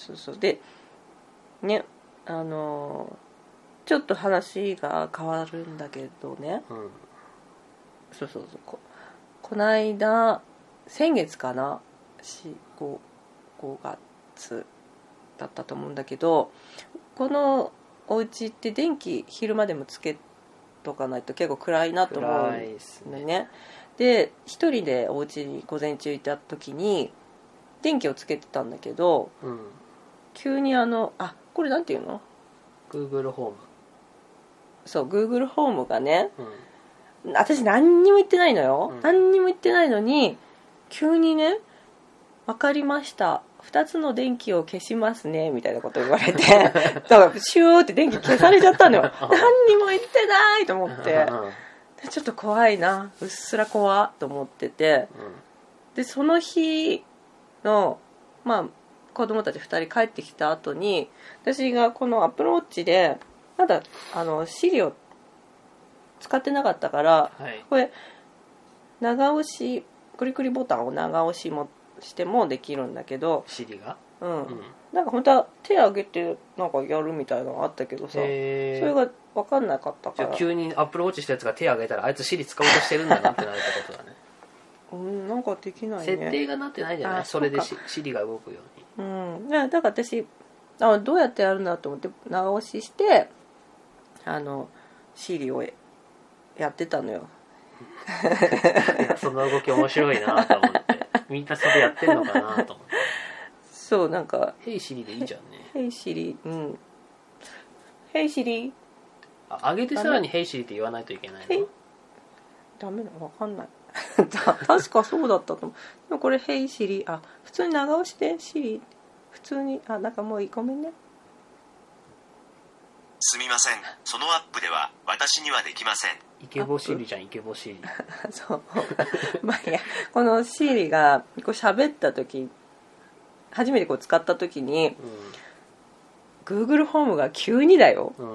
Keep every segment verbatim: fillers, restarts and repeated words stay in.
そうそうでねあのちょっと話が変わるんだけどね、 うん、 そうそうそう こ, この間先月かな ご, ごがつだったと思うんだけど、このお家って電気昼間でもつけとかないと結構暗いなと思うんだよね。で一人でお家に午前中いた時に電気をつけてたんだけど、 うん、 急にあのあこれなんていうの Google ホーム、 そう Google ホームがね、 うん、 私何にも言ってないのよ、 うん、 何にも言ってないのに急にね分かりましたふたつの電気を消しますねみたいなこと言われてだからシューって電気消されちゃったのよ何にも言ってないと思ってちょっと怖いなうっすら怖と思ってて、でその日のまあ子供たちふたり帰ってきた後に私がこのアプローチでまだあの Siri を使ってなかったから、 はい、 これ長押しクリクリボタンを長押しもしてもできるんだけど Siri が、 うん、 うん、 なんか本当は手挙げてなんかやるみたいなのがあったけどさ、それが分かんなかったから、 じゃあ急にアップルウォッチしたやつが手挙げたらあいつ Siri 使おうとしてるんだなってなるってことだねうん、なんかできないね設定がなってないじゃない、それで Siri が動くように、 うん、だから私あどうやってやるんだと思って長押ししてあの Siri をやってたのよいやその動き面白いなと思ってみんなそれやってんのかなと思ってそうなんかヘイシリでいいじゃんね。 ヘイシリ、うん。ヘイシリ。 あ、上げてさらにヘイシリって言わないといけないの？ ダメだ、わかんない。確かそうだったと思う。でもこれヘイシリ、あ、普通に長押しでシリ、普通に、あ、なんかもういい、ごめんね。 すみません、そのアップでは私にはできません。 イケボシリじゃん、イケボシリ。 そう。まあいや、このシリがこう喋った時、初めてこう使った時に、うん、Google ホームが急にだよ、うん、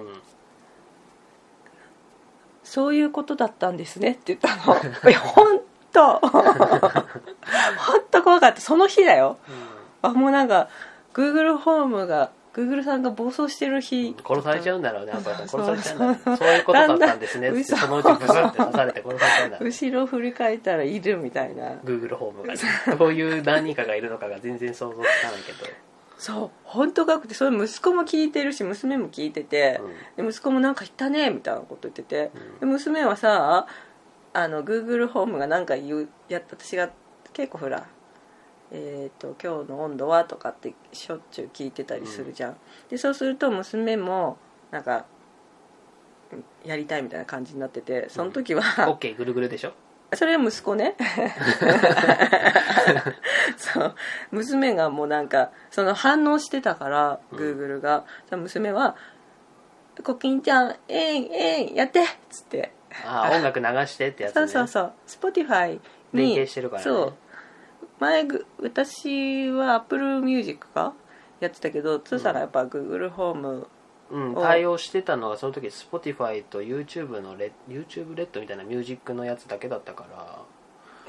そういうことだったんですねって言ったの。いや本当本当怖かった。その日だよ、うん、あもうなんか Google ホームがGoogle さんが暴走してる日、 うん、殺されちゃうんだろうね。殺されちゃうんだろうね。そういうことだったんですねってそのうちブスって刺されて殺されちゃうんだろうね。 後ろ振り返ったらいるみたいな Google ホームがねどういう何人かがいるのかが全然想像つかないけど、 そう本当かくて、それ息子も聞いてるし娘も聞いてて、うん、で息子もなんか言ったねみたいなこと言ってて、うん、で娘はさあの Google ホームがなんか言うやった私が結構ほらえー、と今日の温度はとかってしょっちゅう聞いてたりするじゃん、うん、でそうすると娘もなんかやりたいみたいな感じになってて、その時は、 うん、OK ぐるぐるでしょ。 それは息子ねそう娘がもうなんかその反応してたから、うん、Google が娘はコキンちゃんえいえいやってっつってあ音楽流してってやつね。 そうそうそう Spotify に連携してるからね。 そう前私は Apple Music かやってたけど、つーさんがやっぱ Google ホームうん、対応してたのがその時 Spotify と YouTube のレ YouTube レッドみたいなミュージックのやつだけだったから。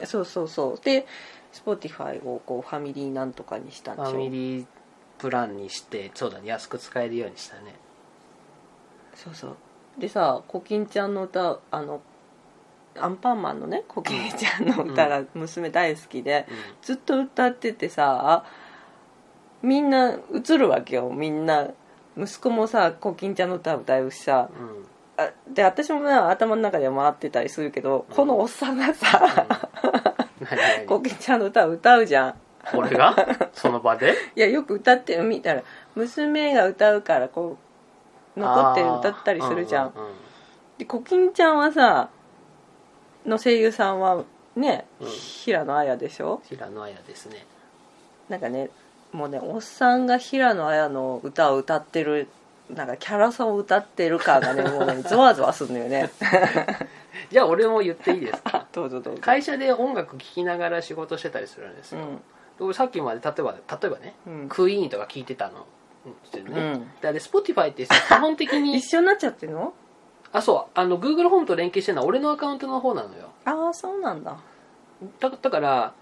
そうそうそうで Spotify をこうファミリーなんとかにしたんでしょ。 ファミリープランにしてそうだね、安く使えるようにしたね。 そうそうでさコキンちゃんの歌、あのアンパンマンのねコキンちゃんの歌が娘大好きで、うん、ずっと歌っててさみんな映るわけよ。みんな息子もさコキンちゃんの歌歌うしさ、うん、あで私も、ね、頭の中では回ってたりするけど、うん、このおっさんがさ、うん、コキンちゃんの歌歌うじゃん。 俺がその場でいやよく歌ってるみたいな、娘が歌うからこう残って歌ったりするじゃん、うんうんうん、でコキンちゃんはさの声優さんはね、うん、平野綾でしょ。 平野綾ですね。 なんかねもうねおっさんが平野綾の歌を歌ってるなんかキャラソンを歌ってる感がねもうねゾワゾワするのよねじゃあ俺も言っていいですかどうぞどうぞ。 会社で音楽聴きながら仕事してたりするんですよ、うん、さっきまで例えば例えばね、うん、クイーンとか聴いてたの、うんねうん、であれ Spotify ってさ基本的に一緒になっちゃってるの。 あそうあの Google ホームと連携してるのは俺のアカウントの方なのよ。 ああそうなんだ。 だ, だから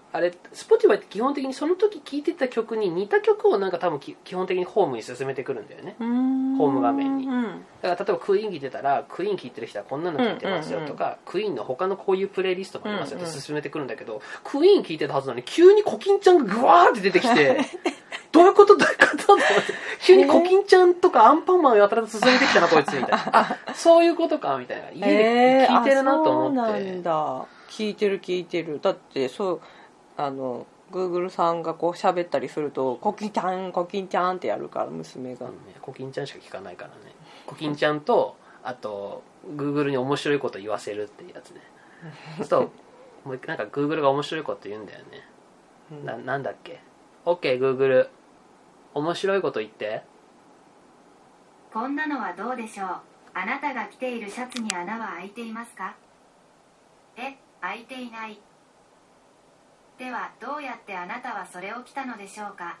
あれ Spotify って基本的にその時聴いてた曲に似た曲をなんか多分基本的にホームに進めてくるんだよね。ホーム画面に。だから例えばクイーン聴いてたらクイーン聴いてる人はこんなの聴いてますよとか、うんうんうん、クイーンの他のこういうプレイリストもありますよって進めてくるんだけど、うんうん、クイーン聴いてたはずなのに急にコキンちゃんがグワーって出てきてどういうことどういうことと思って急にコキンちゃんとかアンパンマンをやたらと進めてきたなこいつみたいなあそういうことかみたいな家で聴いてるなと思って、 そうなんだ聞いてる聞いてるだってそうあのGoogle さんがこう喋ったりするとコキンちゃんコキンちゃんってやるから娘が、うんね、 コキンちゃんしか聞かないからねコキンちゃんとあと Google に面白いこと言わせるっていうやつねそうもうなんか Google が面白いこと言うんだよね、うん、な, なんだっけ OK Google 面白いこと言って。 こんなのはどうでしょう。あなたが着ているシャツに穴は開いていますか。え、開いていない。ではどうやってあなたはそれを着たのでしょうか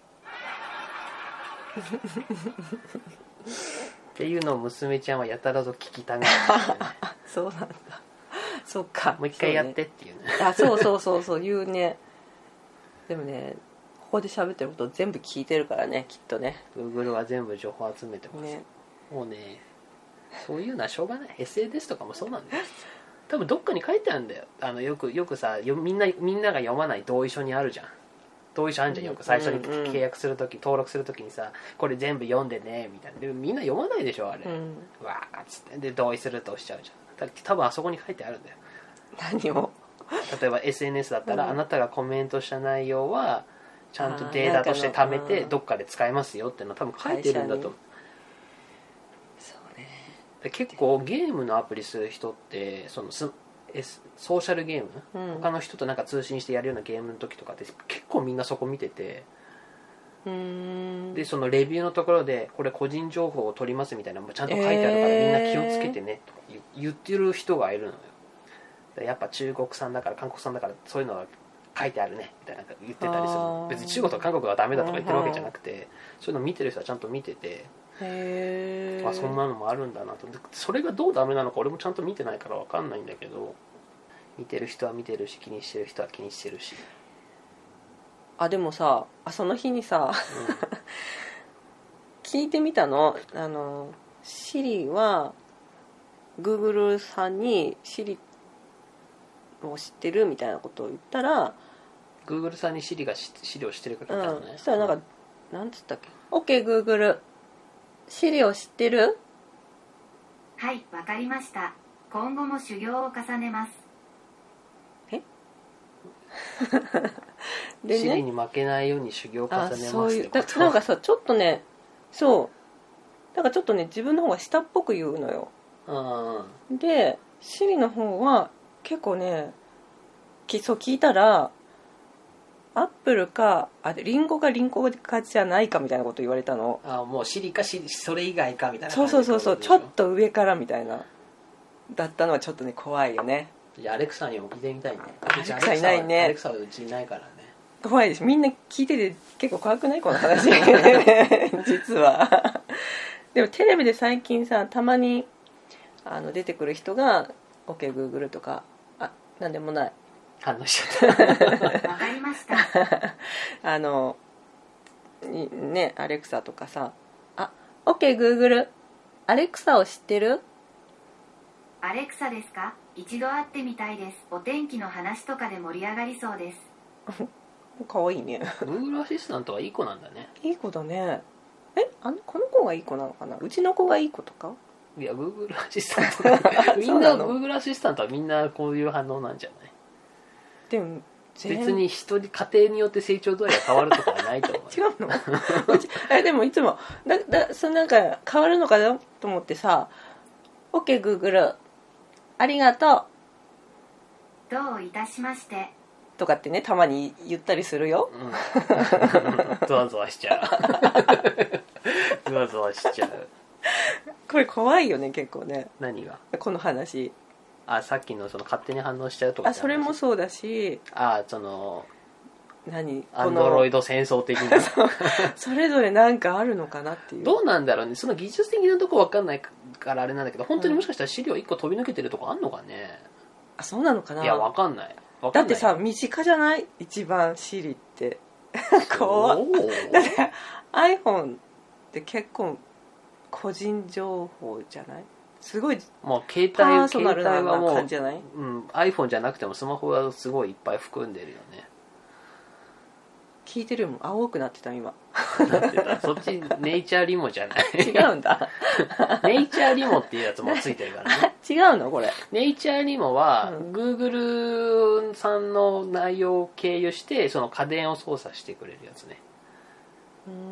っていうのを娘ちゃんはやたらと聞きたがる、ね、 そうなんだそっかもう一回やってっていうねそうねあそうそうそうそう言うねでもねここで喋ってること全部聞いてるからねきっとね Google は全部情報集めてます、ね、もうねそういうのはしょうがない エスエヌエス とかもそうなんだよ多分どっかに書いてあるんだよあのよくよくさみんなみんなが読まない同意書にあるじゃん同意書あるじゃんよく最初に契約するとき、うんうん、登録するときにさこれ全部読んでねみたいなでもみんな読まないでしょあれ、うん、わーっつってで同意すると押しちゃうじゃん多分あそこに書いてあるんだよ何を例えば エスエヌエス だったら、うん、あなたがコメントした内容はちゃんとデータとして貯めてどっかで使えますよっていうのは多分書いてるんだと思う。 そうね。 で結構ゲームのアプリする人ってそのスソーシャルゲーム、うん、他の人となんか通信してやるようなゲームの時とかって結構みんなそこ見てて、 うーんでそのレビューのところでこれ個人情報を取りますみたいなのもちゃんと書いてあるから、えー、みんな気をつけてねと言ってる人がいるのよ。やっぱ中国産だから韓国産だからそういうのは書いてあるねみたいな言ってたりする。別に中国とか韓国はダメだとか言ってるわけじゃなくて、そういうの見てる人はちゃんと見てて、 へー、 あそんなのもあるんだなと。それがどうダメなのか俺もちゃんと見てないから分かんないんだけど、見てる人は見てるし気にしてる人は気にしてるし。 あでもさあその日にさ、うん、聞いてみたの。あのシリは Google さんにシリを知ってるみたいなことを言ったら Google さんにシリがシリを知ってるか聞いたのね、 うん、そしたらなんか、うん、なんつったっけ OK Google シリを知ってる？ はい、わかりました。今後も修行を重ねます。 えでね、シリに負けないように修行を重ねますってこと。そういうだなんかさちょっとねそうなんかちょっとね自分の方が下っぽく言うのよ。 うんでシリの方は結構ねそう聞いたらアップルかあリンゴかリンゴかじゃないかみたいなこと言われたの。 あもうシリかシリそれ以外かみたいな感じ。そうそうそうそうちょっと上からみたいなだったのはちょっとね怖いよね。 じゃあアレクサにも聞いてみたいね。 アレクサいないね。 アレクサはうちいないからね。 怖いです。みんな聞いてて結構怖くないこの話実はでもテレビで最近さたまにあの出てくる人が OK Google とかあなんでもない反応しちゃったわかりましたあのねアレクサとかさあ OK Google アレクサを知ってる？ アレクサですか？一度会ってみたいです。お天気の話とかで盛り上がりそうですかわいいね Google アシスタントはいい子なんだね。 いい子だね。えあのこの子がいい子なのかな？うちの子がいい子とか？ いや Google アシスタントみんな Google アシスタントはみんなこういう反応なんじゃない？ でも別に人に家庭によって成長度合いが変わるとかはないと思う違うのえでもいつもだだそのなんか変わるのかなと思ってさ OK Google ありがとうどういたしましてとかってねたまに言ったりするよ、 うん、ゾワゾワしちゃうゾワゾワしちゃう。 これ怖いよね結構ね。 何が？ この話。 あさっきのその勝手に反応しちゃうとか。 あそれもそうだしあその何アンドロイド戦争的なそれぞれなんかあるのかなっていう。 どうなんだろうねその技術的なとこ分かんないからあれなんだけど本当にもしかしたら資料いっこ飛び抜けてるとこあんのかね、 うん、あそうなのかな。 いや分かんないだってさ身近じゃない？一番シリって怖っ。だって iPhone って結構個人情報じゃない？すごいもう携帯パーソナルな携帯はもう感じじゃない？ うん、iPhone じゃなくてもスマホはすごいいっぱい含んでるよね。 聞いてるよ。も青くなってた今。 なってた。そっちネイチャーリモじゃない。 違うんだ。 ネイチャーリモっていうやつもついてるからね。 違うのこれ。 ネイチャーリモは、 うん、 Google さんの内容を経由してその家電を操作してくれるやつね。 うーん。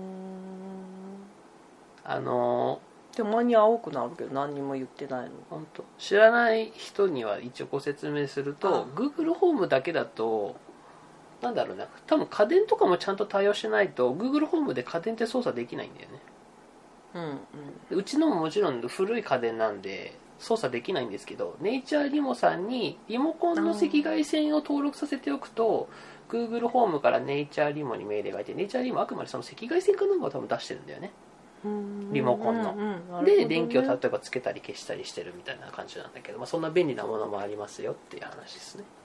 あのたまに青くなるけど何にも言ってないの。 本当知らない人には一応ご説明すると、Google ホームだけだとなんだろうな、多分家電とかもちゃんと対応しないと Google ホームで家電って操作できないんだよね。 うんうん、 うちのももちろん古い家電なんで操作できないんですけど、ネイチャーリモさんにリモコンの赤外線を登録させておくと Google ホームからネイチャーリモに命令がいて、ネイチャーリモはあくまでその赤外線かなんかを多分出してるんだよね、リモコンの、 うんうん、 で電気を例えばつけたり消したりしてるみたいな感じなんだけど、まあ、そんな便利なものもありますよっていう話ですね。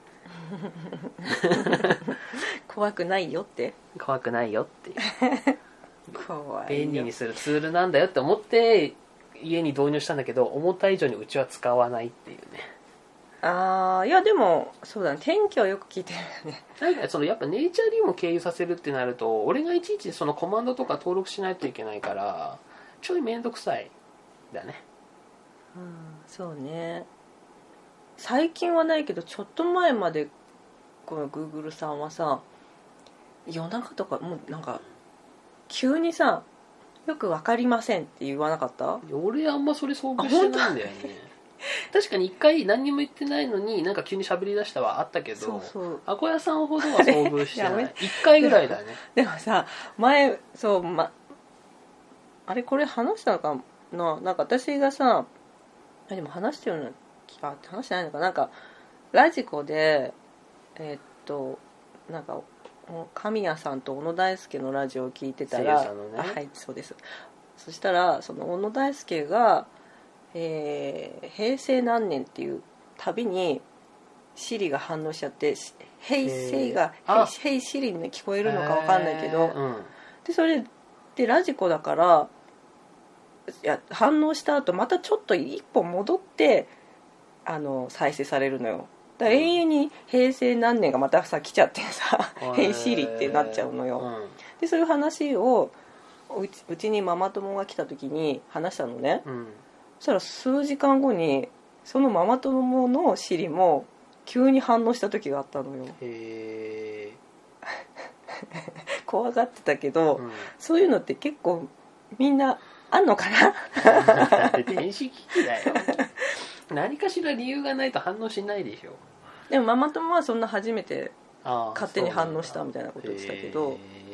怖くないよって。 怖くないよっていう怖いよ。 便利にするツールなんだよって思って家に導入したんだけど、思った以上にうちは使わないっていうね。 ああ、いやでもそうだね、天気はよく聞いてるよね。 なんかそのやっぱネイチャーリモ経由させるってなると、俺がいちいちそのコマンドとか登録しないといけないからちょいめんどくさいだね。 うん、そうね。最近はないけどちょっと前までこの Google さんはさ、夜中とかもうなんか急にさ、よく分かりませんって言わなかった？ 俺あんまそれ遭遇してないんだよね。確かに一回何にも言ってないのになんか急に喋り出したはあったけど、 そうそう、 アコヤさんほどは遭遇してない一回ぐらいだね。 でもさ、前そう、ま、あれこれ話したのかな、なんか私がさ、あでも話してるのあ話してないのか、なんかラジコでえー、っとなんか神谷さんと小野大輔のラジオを聞いてたら、 声優さんのね、 あはいそうです。そしたらその小野大輔が、えー、平成何年っていうたびにシリが反応しちゃって、平成が平シリに聞こえるのか分かんないけど、 うん、でそれでラジコだからいや反応した後またちょっと一歩戻ってあの再生されるのよ。だから永遠に平成何年がまたさ来ちゃってさ「ヘイシリ」ってなっちゃうのよ、うん、でそういう話をうち、うちにママ友が来た時に話したのね、うん、そしたら数時間後にそのママ友のシリも急に反応した時があったのよ。 へ怖がってたけど、うん、そういうのって結構みんなあんのかな。 だって電子機器だよ。何かしら理由がないと反応しないでしょ。でもママ友はそんな初めて勝手に反応したみたいなこと言ってたけど、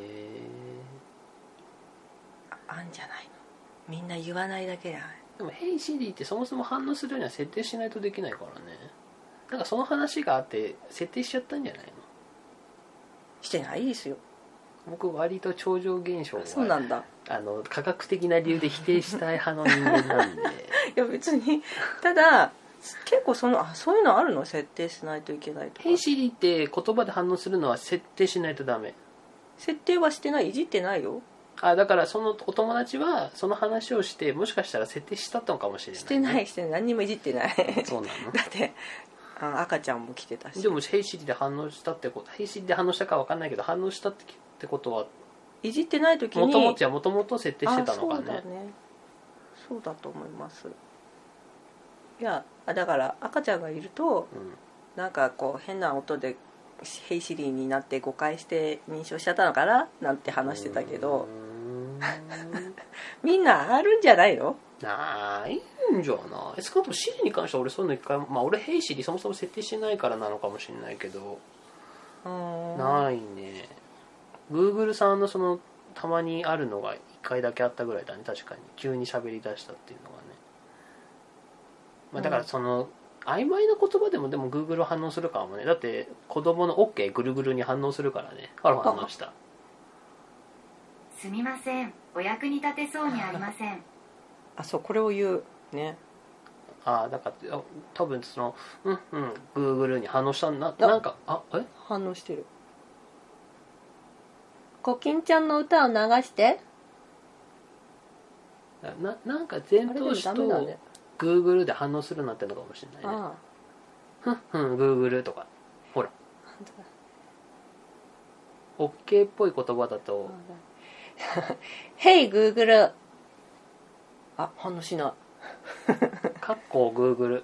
あんじゃないの、みんな言わないだけじゃない。 でもヘイシリってそもそも反応するようには設定しないとできないからね。なんかその話があって設定しちゃったんじゃないの。 してないですよ。 僕割と超常現象はそうなんだ、 あの科学的な理由で否定したい派の人間なんで。いや別に、ただ結構そのあそういうのあるの、設定しないといけないとか。 ヘイシリって言葉で反応するのは設定しないとダメ。 設定はしてない、いじってないよ。 あだからそのお友達はその話をしてもしかしたら設定したのかもしれない、ね、 してないしてない、何にもいじってない。 そうなの。 だってあ赤ちゃんも来てたし。 でもヘイシリで反応したってこと、ヘイシリで反応したか分かんないけど反応したってことはいじってない時にもともともともと設定してたのかね。 そうだね、そうだと思います。いやだから赤ちゃんがいると、うん、なんかこう変な音でヘイシリになって誤解して認証しちゃったのかななんて話してたけど、みんなあるんじゃないの。 ないんじゃない。少なくともシリに関しては俺そういうの一回、まあ俺ヘイシリそもそも設定してないからなのかもしれないけど、ないね。Google さんのそのたまにあるのがいっかいだけあったぐらいだね。確かに急に喋り出したっていうのがね、まあ、だからその、うん、曖昧な言葉でもでも Google は反応するかもね。だって子供の OK ぐるぐるに反応するからね。あら反応した。 すみません、お役に立てそうにありません。 あそうこれを言うね。 ああだから多分そのうんうん Google に反応したんなあなんかあえ反応してる。コキンちゃんの歌を流して。 ななんか前頭詞と Google で反応するなってのかもしれないね。ふんふん Google とかほら OK っぽい言葉だと Hey Google あ反応しないかっこ Google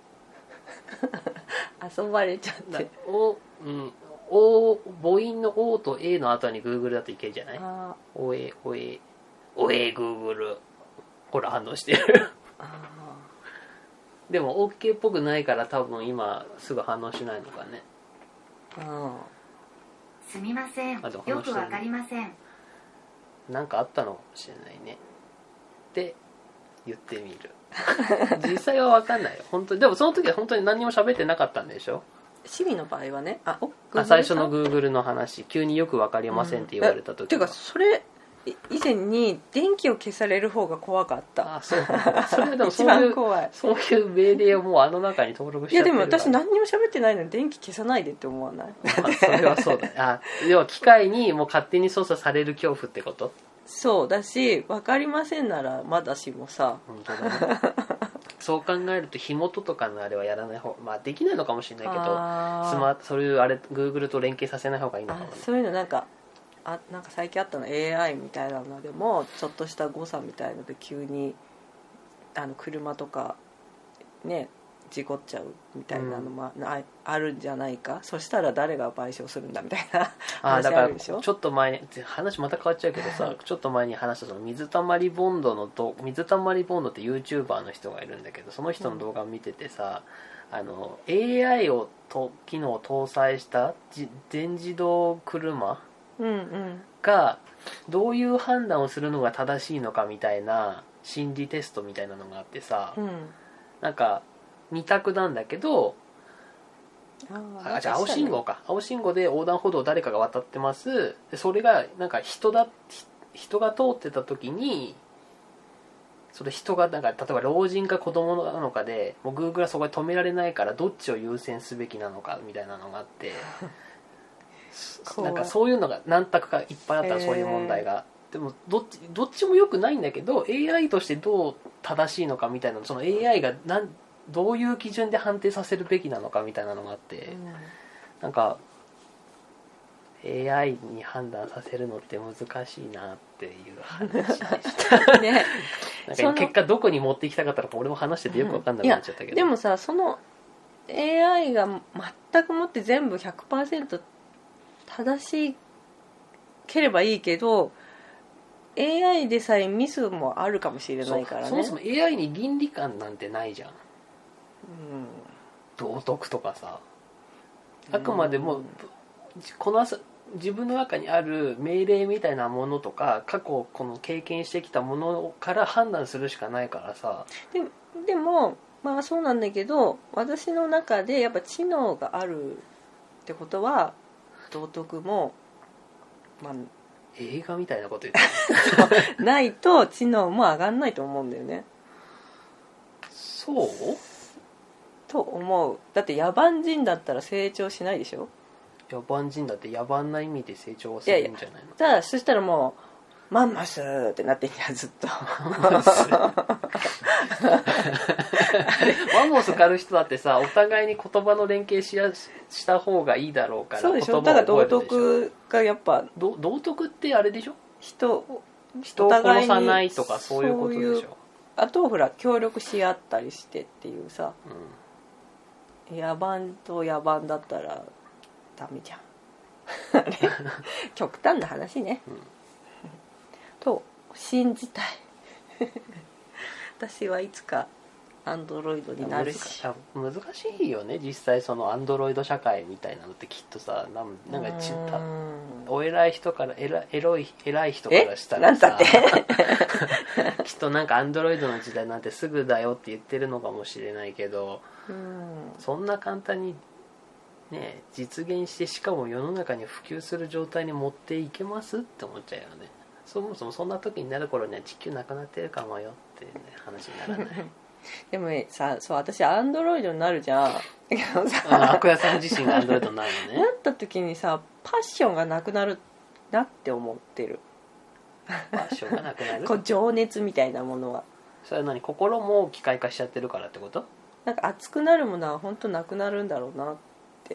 遊ばれちゃってお、うん、お母音の O と A の後に Google だといけるじゃない。 あおえおえおえ Google ほら反応してるあでも OK っぽくないから多分今すぐ反応しないのかね。 あすみません、 あでもよく話してるねわかりません。 なんかあったのかもしれないねって言ってみる実際は分かんないよ本当に。でもその時は本当に何にも喋ってなかったんでしょ。 シミの場合はねあおあ最初の Google の話急によく分かりませんって言われた時は、 うん、ていうかそれ以前に電気を消される方が怖かった。 あそうそれはでもそう一いう番怖い。 そういう命令をもうあの中に登録しいやでちゃってるから。 も私何にも喋ってないのに電気消さないでって思わない？ あそれはそうだね。あ要は機械にもう勝手に操作される恐怖ってこと。 そうだし分かりませんならまだしもさ本当だねそう考えると火元とかのあれはやらない方まあできないのかもしれないけどあスマートそういうあれ Google と連携させない方がいいのかもね。 あそういうのなんかあなんか最近あったの エーアイ みたいなのでもちょっとした誤差みたいので急にあの車とかね事故っちゃうみたいなのもああるんじゃないか。そしたら誰が賠償するんだみたいな話あだからあるでしょ。 ちょっと前に話また変わっちゃうけどさちょっと前に話したその水たまりボンドのと水たまりボンドって YouTuber の人がいるんだけどその人の動画を見ててさ、うん、あの エーアイ をと機能を搭載した全自動車うんうんがどういう判断をするのが正しいのかみたいな心理テストみたいなのがあってさ、 うん、 なんかに択なんだけどああじゃあ青信号か青信号で横断歩道を誰かが渡ってますでそれがなんか人だ人が通ってた時にそれ人がなんか例えば老人か子供なのかでもう Google はそこで止められないからどっちを優先すべきなのかみたいなのがあってなんかそういうのが何択かいっぱいあったらそういう問題がでもどっちどっちも良くないんだけど エーアイ としてどう正しいのかみたいなその エーアイ がなんどういう基準で判定させるべきなのかみたいなのがあって、うん、なんか エーアイ に判断させるのって難しいなっていう話でしたねなんか結果どこに持っていきたかったのか俺も話しててよく分かんなくなっちゃったけど、うん、 でもさその エーアイ が全くもって全部 ひゃくパーセント 正しければいいけど エーアイ でさえミスもあるかもしれないからね。 そ, そもそも エーアイ に倫理観なんてないじゃん、うん、道徳とかさあくまでも、うん、この自分の中にある命令みたいなものとか過去この経験してきたものから判断するしかないからさ。 で, でもまあそうなんだけど私の中でやっぱ知能があるってことは道徳も、まあ、 映画みたいなこと言ってるないと知能も上がんないと思うんだよね。 そうと思う。だって野蛮人だったら成長しないでしょ。 野蛮人だって野蛮な意味で成長はするんじゃないの。 いやいやだそしたらもうマンモスってなってんじゃんずっとマンモス狩る人だってさお互いに言葉の連携しやした方がいいだろうからそうでしょ。だから道徳がやっぱど道徳ってあれでしょ人人を殺さないとかそういうことでしょ。 あとほら協力し合ったりしてっていうさ、うん、野蛮と野蛮だったらダメじゃんあれ極端な話ね、うん、と信じたい私はいつかアンドロイドになるし。 難しいよね実際そのアンドロイド社会みたいなのってきっとさなんなんかちたお偉い人から偉エロい偉い人からしたらさきっとなんかアンドロイドの時代なんてすぐだよって言ってるのかもしれないけどうんそんな簡単にね実現してしかも世の中に普及する状態に持っていけますって思っちゃうよね。そもそもそんな時になる頃には地球なくなってるかもよって、ね、話にならないでもねさ、そう私アンドロイドになるじゃん。だけどさ、 あのアクヤさん自身がアンドロイドになるのね。 なった時にさ、パッションがなくなるなって思ってる。 パッションがなくなる。 こう情熱みたいなものは。 それは何、心も機械化しちゃってるからってこと？ なんか熱くなるものは本当なくなるんだろうなって。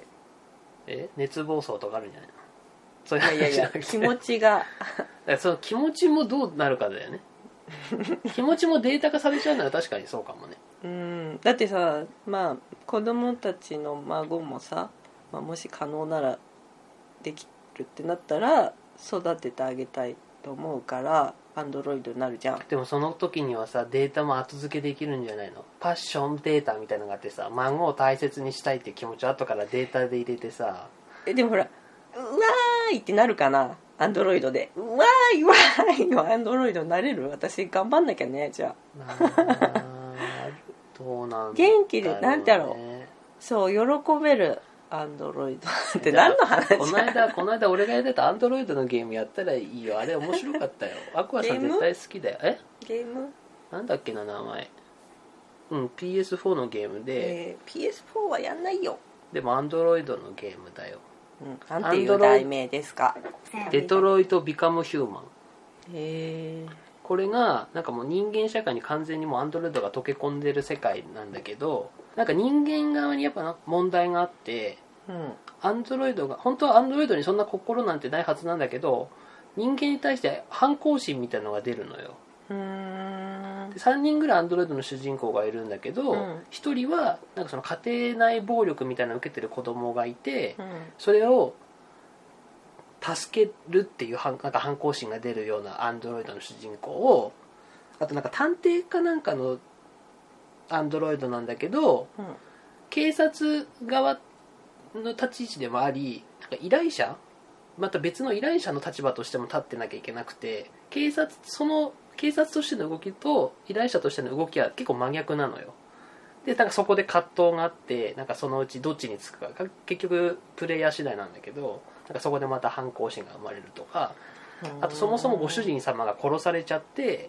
え、熱暴走とかあるんじゃないの？そういう話いやいやいや、気持ちが。 だからその気持ちもどうなるかだよね。気持ちもデータ化されちゃうなら確かにそうかもね。 うん、だってさ、まあ子供たちの孫もさ、まあ、もし可能ならできるってなったら育ててあげたいと思うからアンドロイドになるじゃん。 でもその時にはさ、データも後付けできるんじゃないの？パッションデータみたいなのがあってさ、孫を大切にしたいっていう気持ちを後からデータで入れてさ。 えでもほら、うわーいってなるかな、アンドロイドで。うわーいわーいのアンドロイドになれる？私頑張んなきゃね。じゃあどうなんだろうね。 元気でなんだろう、そう喜べるアンドロイドって何の話？ この間この間俺がやってたアンドロイドのゲームやったらいいよ。あれ面白かったよ。アクアさん絶対好きだよ。えゲームなんだっけな名前。うん ピーエスフォー のゲームで、 えー、ピーエスフォー はやんないよ。 でもアンドロイドのゲームだよ。 うん、なんていう題名ですか？ デトロイト・ビカム・ヒューマン。 へー。 これがなんかもう人間社会に完全にもうアンドロイドが溶け込んでる世界なんだけど、なんか人間側にやっぱ問題があって、 うん、 アンドロイドが本当はアンドロイドにそんな心なんてないはずなんだけど、人間に対して反抗心みたいなのが出るのよ。 うーんでさんにんぐらいアンドロイドの主人公がいるんだけど、 うん、 ひとりはなんかその家庭内暴力みたいなのを受けてる子供がいて、 うん、 それを助けるっていうなんか反抗心が出るようなアンドロイドの主人公を、あとなんか探偵かなんかのアンドロイドなんだけど、 うん、 警察側の立ち位置でもあり、なんか依頼者また別の依頼者の立場としても立ってなきゃいけなくて、警察その警察としての動きと依頼者としての動きは結構真逆なのよ。でなんかそこで葛藤があって、なんかそのうちどっちにつくか結局プレイヤー次第なんだけど、なんかそこでまた反抗心が生まれるとか、あとそもそもご主人様が殺されちゃって、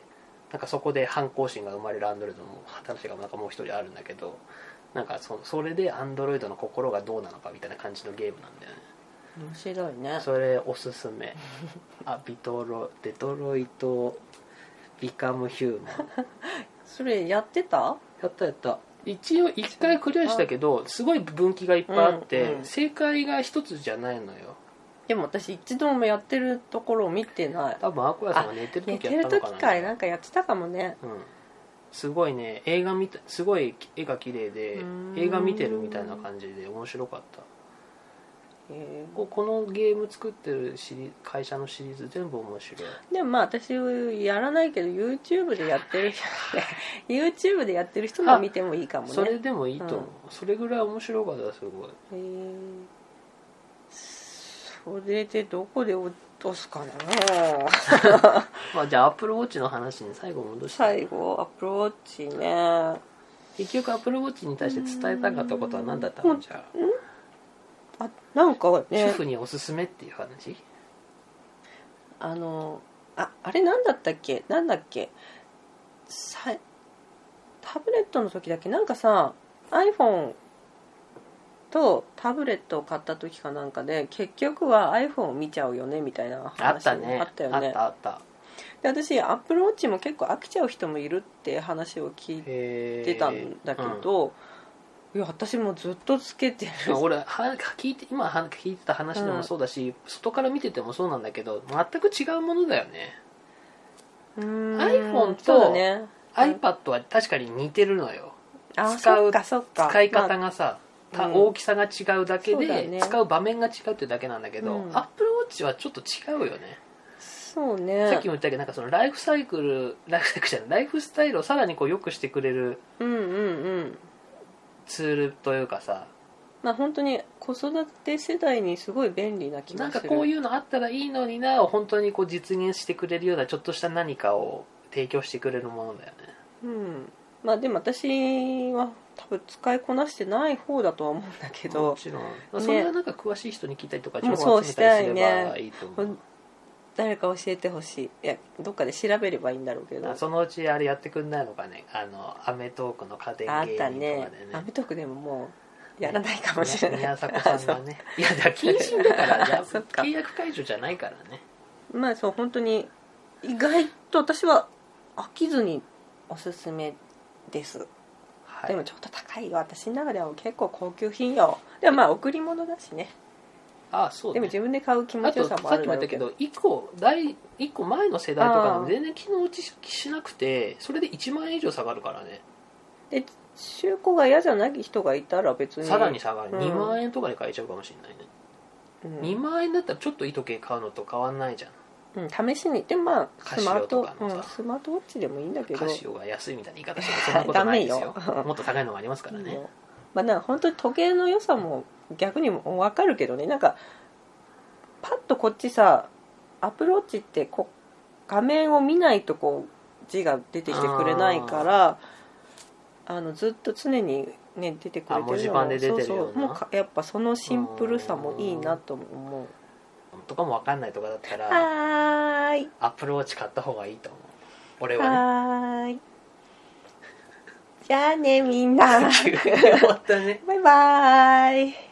なんかそこで反抗心が生まれるアンドロイドの話がなんかもう一人あるんだけど、なんか そ, それでアンドロイドの心がどうなのかみたいな感じのゲームなんだよね。 面白いね。 それおすすめ。あビトロデトロイトビカムヒューマンそれやってた？ やったやった。一応一回クリアしたけど、すごい分岐がいっぱいあって、うんうん、正解が一つじゃないのよ。 でも私一度もやってるところを見てない。 多分アクアさんが寝てる時やったのかな。 寝てる時かなんかやってたかもね。 うん、すごいね、映画見た、すごい絵が綺麗で映画見てるみたいな感じで面白かった。えー、このゲーム作ってるシリ会社のシリーズ全部面白い。 でもまあ私やらないけど YouTube でやってる人YouTube でやってる人も見てもいいかもね。 それでもいいと思う、うん、それぐらい面白かったすごい。 へー、それでどこで落とすかなまあじゃあ Apple Watch の話に最後戻して。 最後 Apple Watch ね。 結局 Apple Watch に対して伝えたかったことは何だったの？じゃああなんかね、 主婦におすすめっていう話。 あのああれなんだったっけなんだっけさタブレットの時だっけなんかさ iPhone とタブレットを買った時かなんかで結局は iPhone を見ちゃうよねみたいな話あったね。 あったよね。 あったあった。 で私 Apple Watch も結構飽きちゃう人もいるって話を聞いてたんだけど、うん、いや私もずっとつけてる。 俺は聞いて今聞いてた話でもそうだし、うん、外から見ててもそうなんだけど全く違うものだよね。 うーん iPhone と、 ね、 iPad は確かに似てるのよ。 あ使うそっかそっか使い方がさ、まあ、大きさが違うだけで、 うんね、 使う場面が違うっていうだけなんだけど、うん、Apple Watch はちょっと違うよね。 そうね。 さっきも言ったけどなんかそのライフサイクルライフサイクルじゃないライフスタイルをさらにこう良くしてくれるツールというかさ、 まあ本当に子育て世代にすごい便利な気がする。 なんかこういうのあったらいいのになを本当にこう実現してくれるようなちょっとした何かを提供してくれるものだよね。 うん。まあでも私は多分使いこなしてない方だとは思うんだけど、 もちろん、まあ、それはなんか詳しい人に聞いたりとか情報を集めたりすればいいと思う。 誰か教えてほしい。いやどっかで調べればいいんだろうけど。 そのうちあれやってくんないのかね、あのアメトーークの家電芸人とかでね。 あったね。アメトーークでももうやらないかもしれない。 宮迫さんがねいやだから謹慎だからや契約解除じゃないからね。 まあそう本当に意外と私は飽きずにおすすめです、はい、でもちょっと高いよ。私の中では結構高級品よ。でもまあ贈り物だしね。 ああそうね、 でも自分で買う気持ちよさもあるだろうけど。 さっきも言ったけどいっこ第いっこまえの世代とかでも全然機能落ちしなくてそれでいちまんえん以上下がるからね。 で中古が嫌じゃない人がいたら別にさらに下がる、 うん、 にまんえんとかで買えちゃうかもしれないね、うん、にまんえんだったらちょっといい時計買うのと変わんないじゃん。 うん、試しに。でもまあスマート、 カシオとかのさ、 うん、スマートウォッチでもいいんだけど。 カシオが安いみたいな言い方してもそんなことないですよもっと高いのがありますからねまあなんか本当に時計の良さも逆にも分かるけどね。なんかパッとこっちさアプローチってこう画面を見ないとこう字が出てきてくれないからあのずっと常にね出てくれてるのも文字盤で出てるような。 そうそうもうやっぱそのシンプルさもいいなと思う。 とかも分かんないとかだったらはーいアップルウォッチ買った方がいいと思う俺はね。 はーいじゃあねみんな終わったねバイバーイ。